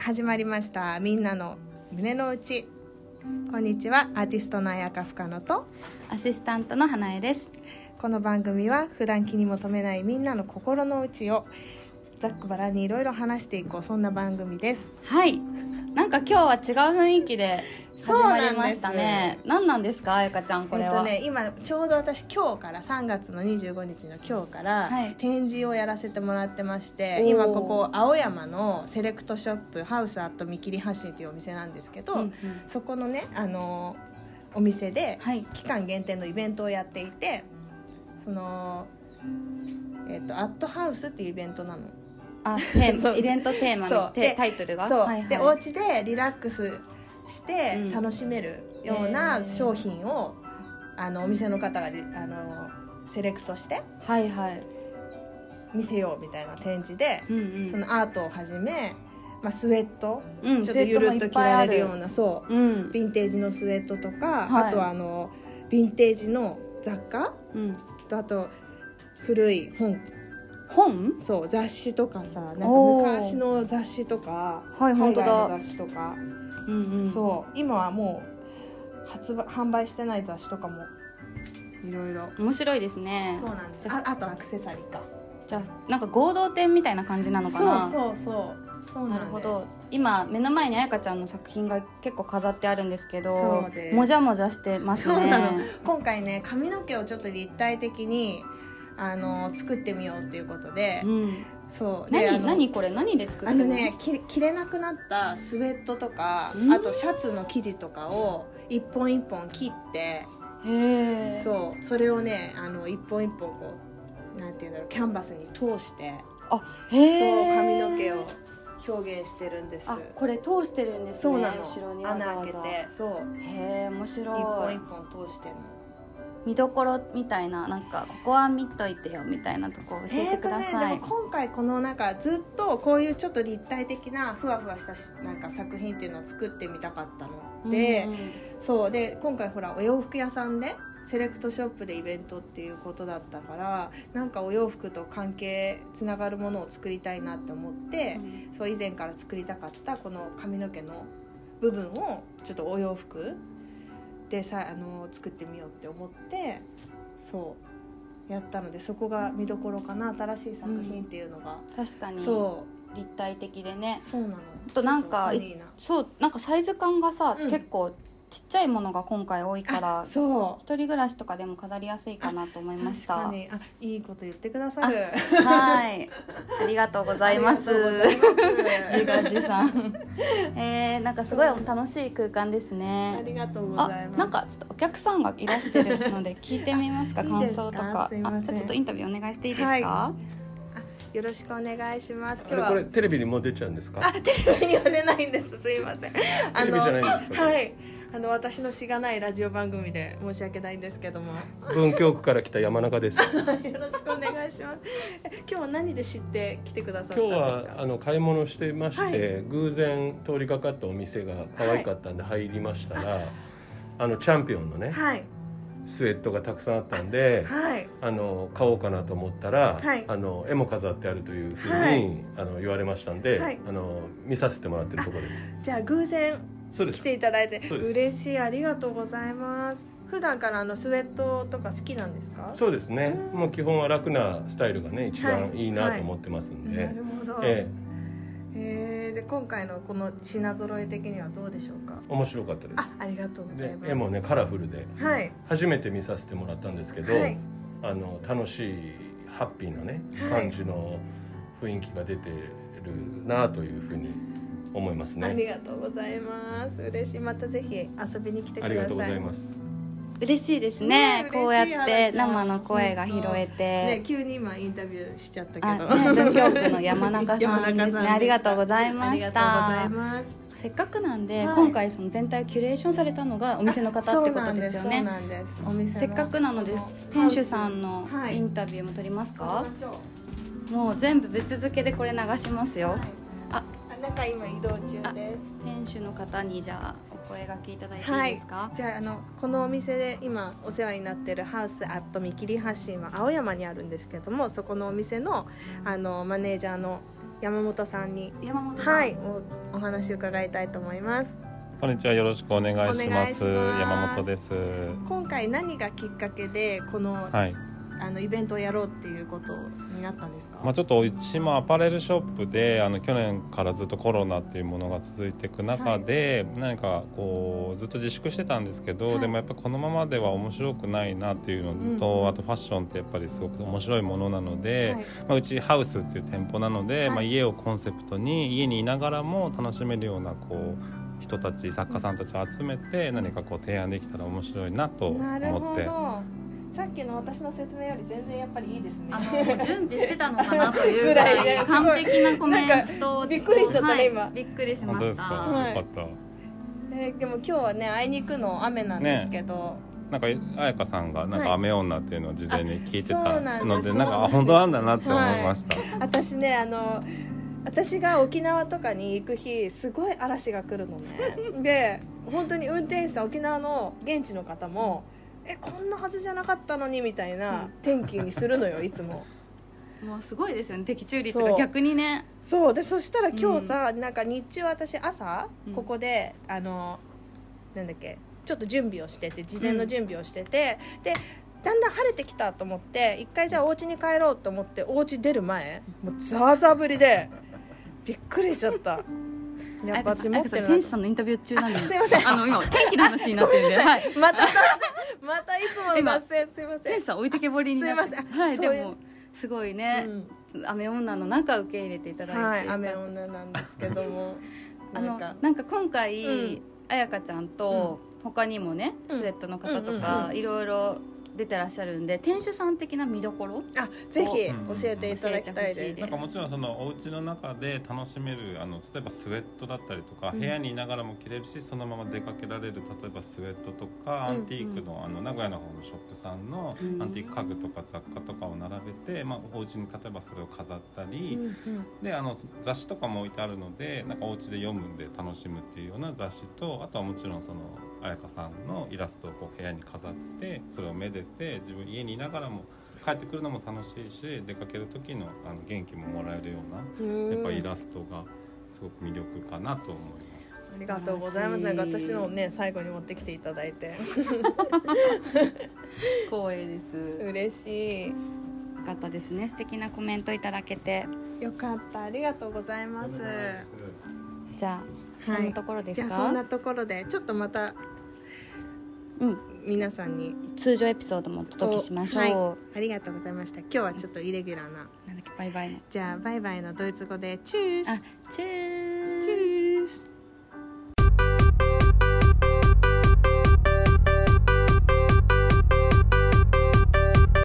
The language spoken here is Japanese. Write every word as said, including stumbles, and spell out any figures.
始まりましたみんなの胸の内。こんにちは、アーティストの綾香深野とアシスタントの花江です。 この番組は普段気にも留めないみんなの心の内をざっくばらんにいろいろ話していこう、そんな番組です。 はい、なんか今日は違う雰囲気で始まりましたね。何なんですか、あやかちゃん、これは。 えっとね、今ちょうど私今日からさんがつのにじゅうごにちの今日から、はい、展示をやらせてもらってまして、今ここ青山のセレクトショップハウスアット見切り発信というお店なんですけど、うんうん、そこのね、あのお店で期間限定のイベントをやっていて、その、えっと、アットハウスっていうイベントなの。 あ、テーマイベントテーマのタイトルがそう、はいはい、でお家でリラックスして楽しめるような商品を、うん、あのお店の方があのセレクトして、 はいはい、 見せようみたいな展示で、うんうん、そのアートをはじめ、まあ、スウェット、うん、ちょっとゆるっと着られるような、そう、うん、ヴィンテージのスウェットとか、はい、あとはあのヴィンテージの雑貨、うん、とあと古い本本そう雑誌とかさ、なんか昔の雑誌とか、 はい、 海外の雑誌とか、うんうん、そう今はもう発売販売してない雑誌とかもいろいろ面白いですね。 そうなんです。 あ, あとアクセサリーか。 じゃあなんか合同展みたいな感じなのかな。 そうそうそうそうなんです。なるほど。 今目の前にあやかちゃんの作品が結構飾ってあるんですけど、もじゃもじゃしてますね。 そうなの。今回ね、髪の毛をちょっと立体的にあの作ってみようっていうことで、うん、そうで、 何何これ何で作ってるの？ あのね、着れなくなったスウェットとか、あとシャツの生地とかを一本一本切って、へそうそれをね、あの一本一本こうなんていうんだろう、キャンバスに通して、あへそう髪の毛を表現してるんです。 あ、これ通してるんですね。 そうなの。 後ろにわざわざ穴開けて、そうへえ、面白い。 一本一本通してるの。 見どころみたいな、なんかここは見といてよみたいなとこ教えてください。 えーとね、でも今回このなんかずっとこういうちょっと立体的なふわふわしたなんか作品っていうのを作ってみたかったので、うんうん、そうで今回ほらお洋服屋さんでセレクトショップでイベントっていうことだったから、なんかお洋服と関係つながるものを作りたいなって思って、うん、そう以前から作りたかったこの髪の毛の部分をちょっとお洋服でさ、あの作ってみようって思ってそうやったので、そこが見どころかな。新しい作品っていうのが、 うん、確かにそう立体的でね。 そうなの。 あとなんかそうなんかサイズ感がさ、うん、結構ちっちゃいものが今回多いから、そう一人暮らしとかでも飾りやすいかなと思いました。 確かに。あ、いいこと言ってくださる。 はいありがとうございます。自画自賛えー、なんかすごい楽しい空間ですね。 ありがとうございます。 なんかちょっとお客さんがいらしてるので聞いてみますか感想とか。あ、じゃあちょっとインタビューお願いしていいですか。はい、あ、 よろしくお願いします。 今日はこれテレビにも出ちゃうんですか。 あ、テレビには出ないんです。すいません。テレビじゃないんですか。 はい。あの私のしがないラジオ番組で申し訳ないんですけども。 文京区から来た山中です。 よろしくお願いします。今日は何で知って来てくださったんですか。 今日はあの買い物してまして、はい、偶然通りかかったお店が可愛かったんで入りましたら、はい、あのチャンピオンのね、はい、スウェットがたくさんあったんで、はい、あの買おうかなと思ったら、はい、あの絵も飾ってあるというふうに、はい、あの言われましたんで、はい、あの見させてもらってるところです。 じゃあ偶然来ていただいて嬉しい。ありがとうございます。普段からあのスウェットとか好きなんですか。 そうですね、もう基本は楽なスタイルがね一番いいなと思ってますんで、はいはい、なるほど、えーえー、で今回のこの品揃え的にはどうでしょうか。 面白かったです。 あ、ありがとうございます。 絵もねカラフルで、はい、初めて見させてもらったんですけど、はい、あの楽しいハッピーなね感じの雰囲気が出てるなというふうに思いますね。 ありがとうございます。嬉しい。またぜひ遊びに来てください。 ありがとうございます。 嬉しいですね。ね、こうやって生の声が拾えて、 ね、急に今インタビューしちゃったけど、 文京区の山中さんですね。ありがとうございました。ありがとうございます。 せっかくなんで、はい、今回その全体をキュレーションされたのがお店の方ってことですよね。 そうなんです。そうなんです。 せっかくなので店主さんのインタビューも取りますか。はい、もう全部ぶっ続けでこれ流しますよ。はい、 あ、なんか今移動中です。 店主の方にじゃあお声掛けいただいていいですか。 はい、じゃあ、あのこのお店で今お世話になっているハウスアット見切り発信は青山にあるんですけども、そこのお店のあのマネージャーの山本さんに山本さん、 はい、お, お話を伺いたいと思います。 こんにちは、よろしくお願いします。山本です。 今回何がきっかけでこの、はい、あのイベントをやろうっていうことになったんですか？ まあ、ちょっとうちもアパレルショップであの去年からずっとコロナっていうものが続いていく中で、はい、何かこうずっと自粛してたんですけど、はい、でもやっぱこのままでは面白くないなっていうのと、うん、あとファッションってやっぱりすごく面白いものなので、はい、まあ、うちハウスっていう店舗なので、はい、まあ、家をコンセプトに家にいながらも楽しめるようなこう人たち作家さんたちを集めて何かこう提案できたら面白いなと思って。 なるほど。さっきの私の説明より全然やっぱりいいですね。 あの準備してたのかなというぐらい完璧なコメントびっくりしちゃったね、はい、今びっくりしました。 本当ですか、はい、よかった、 えー、でも今日はねあいにくの雨なんですけど、ね、 なんか彩香さんがなんか雨女っていうのを事前に聞いてたので、はい、なんか本当なんだなって思いました、はい、 私ねあの私が沖縄とかに行く日すごい嵐が来るのねで本当に運転手さん沖縄の現地の方もえこんなはずじゃなかったのにみたいな天気にするのよいつも。 もうすごいですよね、的中率が逆にね。 そうで、そしたら今日さ、うん、なんか日中私朝ここで、うん、あのなんだっけちょっと準備をしてて事前の準備をしてて、うん、でだんだん晴れてきたと思って一回じゃあお家に帰ろうと思ってお家出る前もうザーザー降りでびっくりしちゃった。やっぱ私持ってるな。 天使さんのインタビュー中なんです。 すいません。 あの今天気の話になってるんで、はい、 またまたいつもの脱線すいません。 天使さん置いてけぼりになって。 すいません。 はい、でもすごいね、うん、雨女の中受け入れていただいて、 はい、雨女なんですけども、 あのなんか今回、うん、彩香ちゃんと、うん、他にもねスウェットの方とかいろいろ出てらっしゃるんで、店主さん的な見どころあぜひ教えていただきたいです。 なんかもちろんそのお家の中で楽しめるあの例えばスウェットだったりとか、うん、部屋にいながらも着れるしそのまま出かけられる例えばスウェットとか、うん、アンティークの、あの名古屋の方のショップさんのアンティーク家具とか雑貨とかを並べて、まあ、お家に例えばそれを飾ったり、うんうん、であの雑誌とかも置いてあるのでなんかお家で読むんで楽しむっていうような雑誌と、あとはもちろんその彩香さんのイラストをこう部屋に飾ってそれをめでて自分家にいながらも帰ってくるのも楽しいし出かける時のあの元気ももらえるようなやっぱイラストがすごく魅力かなと思います。 ありがとうございます。私のね最後に持ってきていただいて光栄です。 嬉しい。 よかったですね、素敵なコメントいただけて。 よかった、ありがとうございます。 じゃあそんなところですか？ はい、じゃあそんなところでちょっとまたうん、皆さんに通常エピソードもお届けしましょう、はい、 ありがとうございました。今日はちょっとイレギュラーな、 なんだっけバイバイのじゃあバイバイのドイツ語でチュース。 あチュース。